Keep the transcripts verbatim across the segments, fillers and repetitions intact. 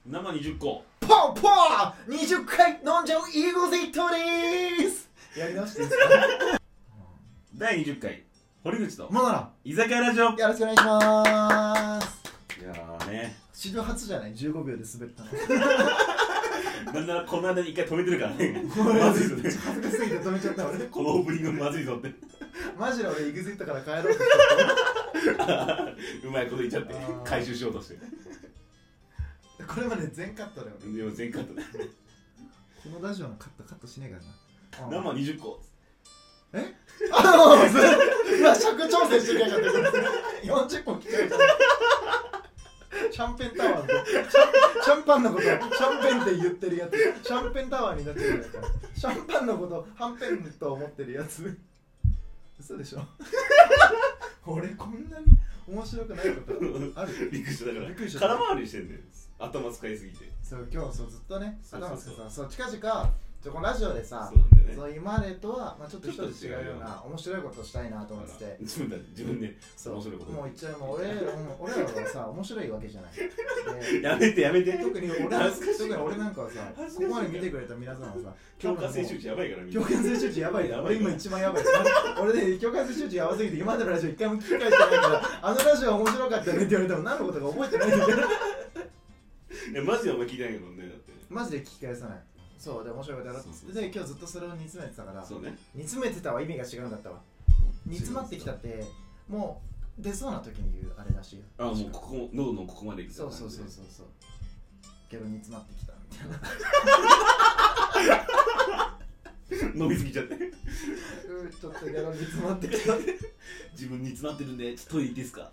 生にじゅっこポンポンにじゅっかい飲んじゃうイーグルゼットでーす。やり直していいですか？ だいにじゅっかい堀口とまだな居酒屋ラジオ。 よろしくお願いしまーす。 いやーね、 史上初じゃない？じゅうごびょうで滑ったの。 なんならこの間に一回止めてるからね。 まずいぞね。 恥ずかしすぎて止めちゃった俺。 このオープニングまずいぞってマジで俺イグゼットから帰ろうとしちゃった。 うまいこと言っちゃって回収しようとして。 これまで全カットだよね。 でも全カットね。 このラジオのカットカットしねえからな。 生にじゅっこ。 え？あの今尺調整してきやがってよんじゅっこ来ちゃうじゃん。シャンペンタワーのシャン、シャンパンのことシャンペンって言ってるやつ、シャンペンタワーになっちゃうやつ。シャンパンのことハンペンと思ってるやつ。嘘でしょ？俺こんなに面白くないことある？ びっくりした。だからびっくりした空回りしてんねん。頭使いすぎて。 そう今日そうずっとねそうそうそう頭使ってさ、そう近々ちょこのラジオでさ、 そうなんだよね。 そう今までとは、まあ、ちょっと一つ違うような面白いことしたいなと思ってて、 自分だ自分でそう面白いこともう一応もう俺もう俺らはさ面白いわけじゃないでやめてやめて。 特に俺恥ずかしい特に俺なんかはさここまで見てくれた皆さんはさ共感性周知やばいからみんな。 共感性周知やばいな。 やばい俺今一番やばい俺ね共感性周知やばすぎて今までのラジオ一回も聞き返してないからあのラジオ面白かったねって言われても何のことか覚えてないんだけどいやマジでお前聞いてないけどね。だってマジで聞き返さない。そうで面白いことやろうってで今日ずっとそれを煮詰めてたからそうね。 煮詰めてたは意味が違うんだったわ。煮詰まってきたってもう出そうな時に言うあれらしいよ。 あもうここ喉のここまで来たそうそうそうそうそうけど煮詰まってきたみたいな飲みすぎちゃってうちょっとゲロ煮詰まってきた自分に詰まってるんでちょっとトイレいいですか。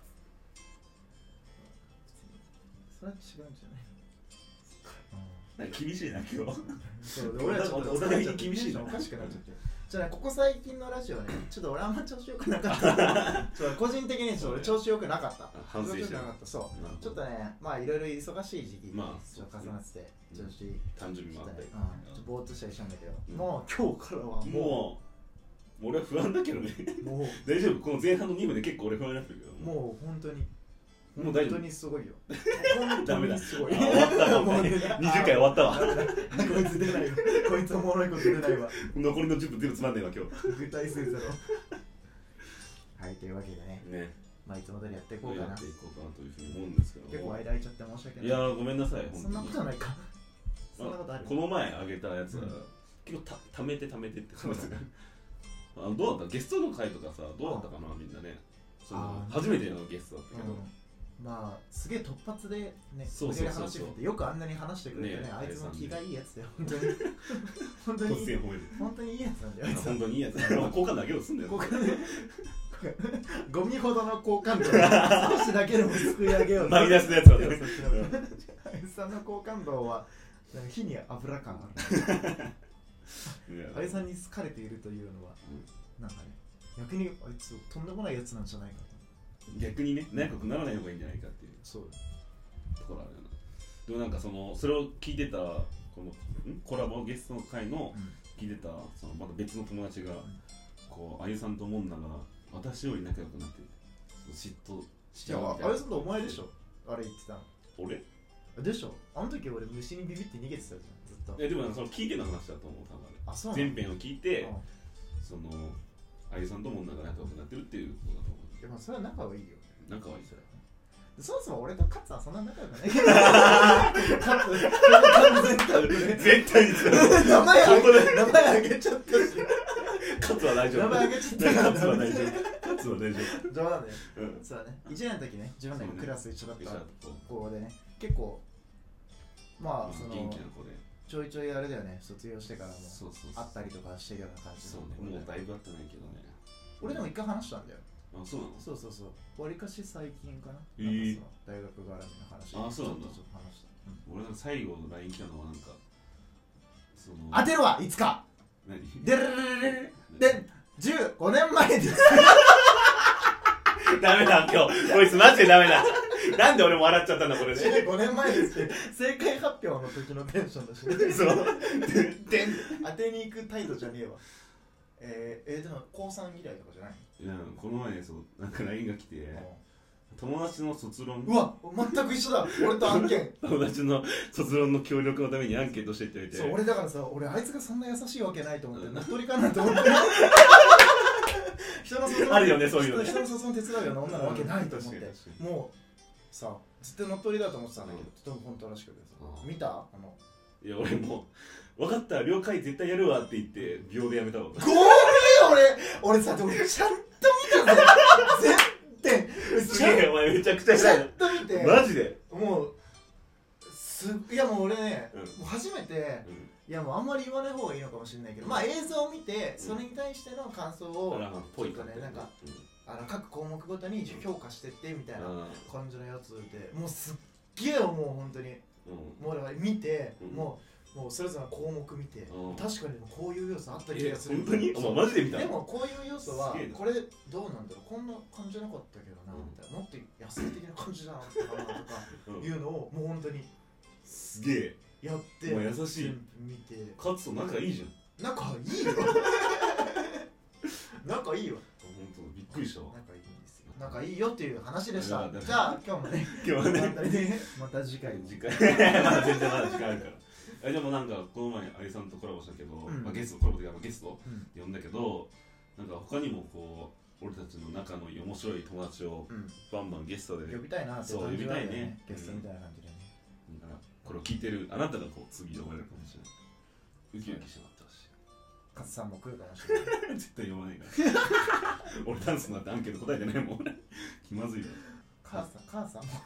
それは違うんじゃないなんか厳しいな今日。 そう俺らちょっとお互いに厳しいなおかしくなっちゃってじゃあここ最近のラジオねちょっと俺あんま調子よくなかったちょっと個人的にちょっと俺調子よくなかった反省してる。 なかったそうちょっとねまあいろいろ忙しい時期にまあちょっと重なってて調子誕生日もあったり。 うんちょっとぼーっとしたりしたんだけどもう今日からはももう俺は不安だけどね。 うもう大丈夫。この前半のにぶで結構俺不安になってるけど。 もう本当にもう大丈夫本当にすごいよ本当ダメだ。 にすごいあ終わったもうね。にじゅっかい終わったわ。 こいつ出ないわこいつおもろいこと出ないわ残りのじゅっぷん全部つまんねえわ今日。 具体数ゼロはいというわけでねね。 まあいつも通りやっていこうかなやっていこうかなというふうに思うんですけども。 結構間空いちゃって申し訳ないいやーごめんなさい。 そんなことはないかそんなことあるこの前あげたやつは、 うん結構たためてためてって感じがあのどうだったゲストの回とかさどうだったかなみんなねそのあー初めてのゲストだったけど、 うんまあすげえ突発でねそうそうそうそう無理やり話してくれてよくあんなに話してくれてねねあいつも気がいいやつだよ本当に本当に突然褒める本当にいいやつなんだよあいつ本当にいいやつ好感度上げようとすんだよ好感ゴミほどの好感度を少しだけでもすくい上げようマイナスのやつだねあいつさんの好感度はなんか火に油感あるあいつさんに好かれているというのは、うん、なんかね逆にあいつとんでもないやつなんじゃないかと逆にね仲良くならない方がいいんじゃないかっていうそうところあるよな。でもなんかそのそれを聞いてたこのんコラボゲストの回の聞いてたそのまた別の友達が、うん、こうあゆさんとモンナが私より仲良くなって嫉妬しちゃうみたいな。 あゆさんとお前でしょあれ言ってたの。 俺でしょあの時俺虫にビビって逃げてたじゃんずっと。 えでもその聞いての話だと思う多分あそう前編を聞いて、 うん、 そのあゆさんとモンナが仲良くなってるっていうことだと思う。 でもそれは仲はいいよ。 仲はいいそれ。 そもそも俺とカツはそんな仲良くないけどカツ完全に絶対に名前あげ名前あげちゃったしカツは大丈夫。 名前あげちゃったからカツは大丈夫。カツは大丈夫。 冗談ね、 うん、 そうだねいちねんの時ね自分らがクラス一緒だった子でね結構まあその元気な子でちょいちょいあれだよね卒業してからもそうそう会ったりとかしてるような感じ。 そうねもうだいぶ会ってないけどね。 俺でも一回話したんだよ。 あそうなの。 そうそうそうわりかし最近かな、 えー、 なんかその大学絡みの話あそうなんだ。 ちょっと話した、 うん、俺なんか最後の ライン 来たのはなんかその当てるわいつか何でるるるるるでじゅうごねんまえですダメだ今日こいつマジでダメだなんで俺も笑っちゃったんだこれじゅねうごねんまえですって正解発表の時のテンションだしねそうで当てに行く態度じゃねえわ。えー、えー、でも高さん以来とかじゃない？ いやこの前そうなんか ライン が来て、 友達の卒論うわ全く一緒だ俺と案件友達の卒論の協力のためにアンケートしてって言ってそう俺だからさ俺あいつがそんな優しいわけないと思って乗っ取りかなと思って人の卒論あるよねそういうのね人の卒論手伝うような女なわけないと思って、 うん、確かに確かにもうさずっと乗っ取りだと思ってたんだけど、ちょっと本当らしくてさ、 うん、 見たあのいや俺もう分かった了解絶対やるわって言って秒でやめたわごめん俺俺さ俺ちゃんと見たぜ全然すげえお前めちゃくちゃしたいちゃんと見てマジでもうすいやもう俺ね、 うん、 もう初めて、 うん、 いやもうあんまり言わない方がいいのかもしれないけど、まあ映像を見てそれに対しての感想をちょっとねなんか、うん、あの各項目ごとに評価してってみたいな感じのやつでもうすっげえもう本当に、うん、もうだから見て、うん、もうもうそれぞれの項目見て、うん、確かにこういう要素あったりがする。 本当に？お前マジで見た？ でもこういう要素はこれどうなんだろうこんな感じじゃなかったけどな、うん、みたいなもっと野生的な感じだなとかいうのをもう本当にすげえやってもう優しい見て勝つと仲いいじゃん。仲いいよ仲いいよ本当びっくりしたわ。 仲いいんですよ。仲いいよっていう話でした。 じゃあ今日もね今日はねまた次回次回まだ全然まだ時間あるからえでもなんかこの前アリさんとコラボしたけど、うん、まあ、ゲストコラボでゲスト、うん、呼んだけどなんか他にもこう俺たちの仲のいい面白い友達をバンバンゲストで、 うん、呼びたいなってそう呼びたいねゲストみたいな感じでね、 うん、だからこれを聞いてるあなたがこう次呼ばれるかもしれないウキウキしてもらってほしい。 カツさんも来るかもしれない絶対読まないから俺ダンスなんてアンケート答えてないもん気まずいわ。 母さん母さんも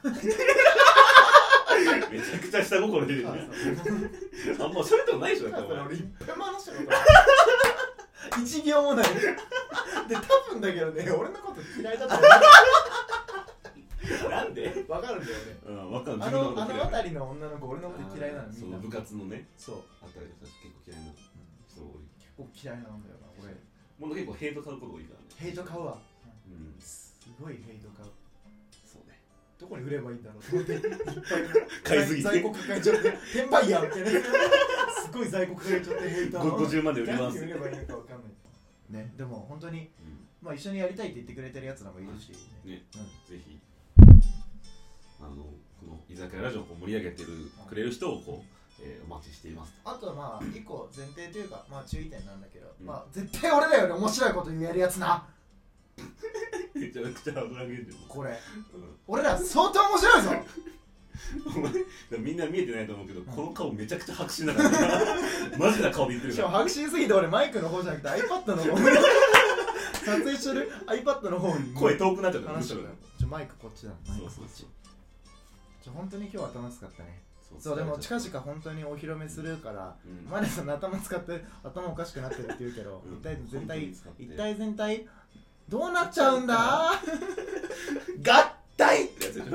めちゃくちゃ下心出てるねあんま喋ったことないでしょ。だって俺いっぱい話したこと一行もないで多分だけどね俺のこと嫌いだと思うなんでわかるんだよね。 うん、わかる。 あのあの辺りの女の子俺のこと嫌いなのみんな。 その部活のね。 そう。 あたりで結構嫌いな人多い。 結構嫌いなんだよな俺。 もう結構ヘイト買うこと多いからね。 ヘイト買うわ。 うん。 すごいヘイト買う。 そうね。 どこに売ればいいんだろうと思っていっぱい買いすぎて在庫抱えちゃって転売ヤーみたいなすごい在庫抱えちゃってヘイターをごじゅうまんで売ります。 何に売ればいいのかわかんないね。でも本当に、うん、まあ一緒にやりたいって言ってくれてるやつらもいるしね、うん、ぜひあのこの居酒屋ラジオを盛り上げてるくれる人をこう、えー、お待ちしています。 あとはまあ一個前提というかまあ注意点なんだけど、うん、まあ絶対俺らより面白いこと言えるやつなめちゃくちゃハードル上げるよこれ、うん、俺ら相当面白いぞお前みんな見えてないと思うけど、うん、この顔めちゃくちゃ白紙だからマジな顔で言ってるから。 しかも白紙すぎて俺マイクの方じゃなくて iPad の方撮影してる iPad の方に声遠くなっちゃった話してるからちょマイクこっちだマイクこっち。 そうそうそうちょ本当に今日は楽しかったね。そうそうでも近々本当にお披露目するから、うん、マネさんの頭使って頭おかしくなってるって言うけど、うん、一体全体一体全体どうなっちゃうんだ合体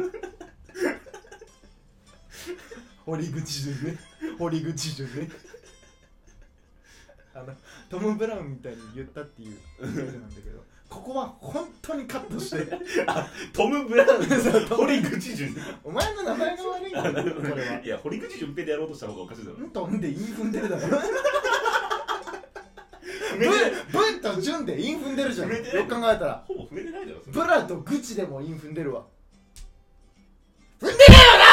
堀口順ね堀口順ねあのトム・ブラウンみたいに言ったっていう表現なんだけどここは本当にカットしてあトム・ブラウン堀口順お前の名前が悪いんだよこれはいや堀口順平でやろうとした方がおかしいだろ。 うんとんでイン踏んでるだろブンと順でイン踏んでるじゃん。よく考えたらほぼ踏めてないだろ。 ブラとグチでもイン踏んでるわ。踏んでね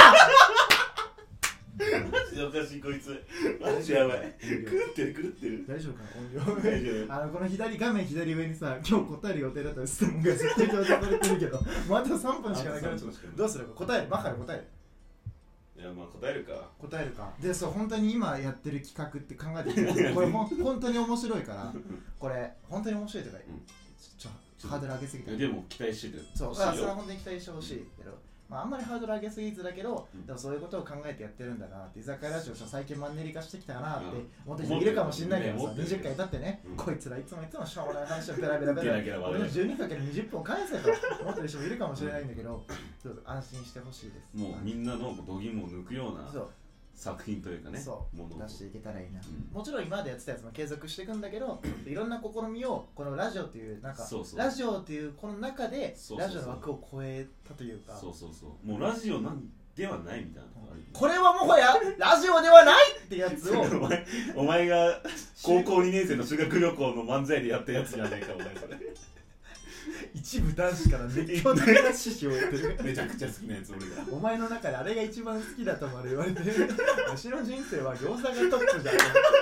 えよなマジでおかしいこいつマジやばい狂ってる狂ってる。 大丈夫かな音量大丈夫。あのこの左画面左上にさ今日答える予定だったら質問が絶対表示されてるけどまたさんぷんしかないからどうするか答えるマッハで答える。 いやまあ答えるか答えるかでそう本当に今やってる企画って考えてみてこれほん本当に面白いからこれ本当に面白いとか、うん、ちょハードル上げすぎた。 でも期待しててそうそれは本当に期待してほしいけど、まあ、あんまりハードル上げすぎずだけど、うん、でもそういうことを考えてやってるんだなって居酒屋ラジオ最近マンネリ化してきたなって思ってる人いるかもしれないけどさにじゅっかい経ってね、うん、こいつらいつもいつもしょうもない話をベラベラベラ俺の じゅうにかけるにじゅっぷんを返せと思ってる人もいるかもしれないんだけどちょっと安心してほしいです。 もうみんなの度肝を抜くような作品というかねそうものを出していけたらいいな、うん、もちろん今までやってたやつも継続していくんだけどいろんな試みをこのラジオっていうなんかそうそうラジオっていうこの中でラジオの枠を超えたというかそうそうそうもうラジオなんではないみたいなとこある、 これはもはやラジオではないってやつをお前お前が高校にねん生の修学旅行の漫才でやったやつじゃないかお前それ一一部男子から熱狂的な支持を得てるめちゃくちゃ好きなやつ俺がお前の中であれが一番好きだとまで言われてわしの人生は餃子がトップじゃん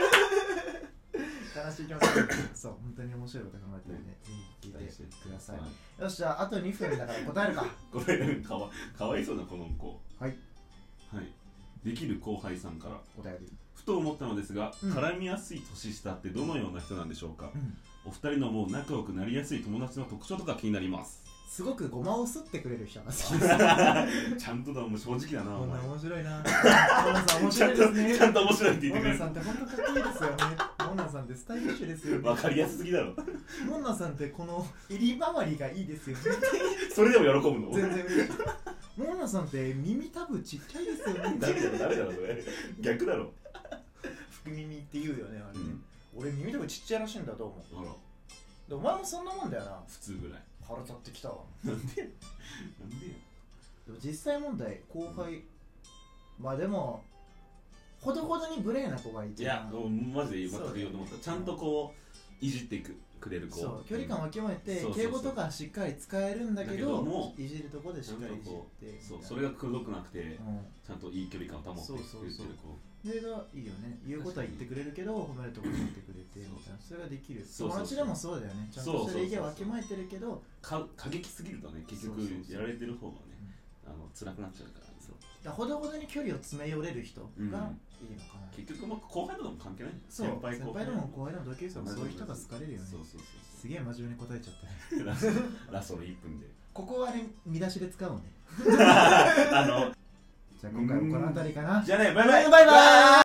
悲しい気持ちそう本当に面白いこと考えてるんで、ぜひ聞いてください、はい、よしじゃああとにふんだから答えるか答えるかわかわいそうなこの子はいはいできる後輩さんから答えるふと思ったのですが、 うん、 絡みやすい年下ってどのような人なんでしょうか、うん、お二人のもう仲良くなりやすい友達の特徴とか気になります。 すごくごまをすってくれる人が好きですちゃんとだ、もう正直だなお前面白いなモナさん面白いですねちゃんと面白いって言ってくれるモナさんって本当かっこいいですよねモナさんってスタイリッシュですよねわかりやすすぎだろモナさんってこの襟回りがいいですよねそれでも喜ぶの全然嬉しいモナさんって耳たぶちっちゃいですよね誰だろ誰だろそれ逆だろ福耳って言うよねあれね、うん、俺耳たぶちっちゃいらしいんだと思う。 あらでお前もそんなもんだよな。 普通ぐらい腹立ってきたわなんでなんでやでも実際問題後輩、うん、まあでもほどほどに無礼な子がいて、 いやマジで全く言おうと思った、ね、ちゃんとこういじってくくれる子、 そう距離感を極めて、うん、敬語とかしっかり使えるんだけどもいじるとこでしっかりいじってそうそれがくどくなくて、うん、ちゃんといい距離感を保ってくれてる子それがいいよね。言うことは言ってくれるけど褒めるところ言ってくれてみたいな、それができる。友達でもそうだよね。ちゃんとした意見をわきまえてるけど過激すぎるとね結局やられてる方がね、あの辛くなっちゃうから。そうだほどほどに距離を詰め寄れる人がいいのかな、うん、 結局も後輩とかも関係ない。 そう先輩後輩でも後輩でも同級生もそういう人が好かれるよね。そうそうそうそう、すげえ真面目に答えちゃったねラストのいっぷんでここはね見出しで使うのねあのじゃあ今回もこの辺りかな。 じゃあねバイバイバイバイ。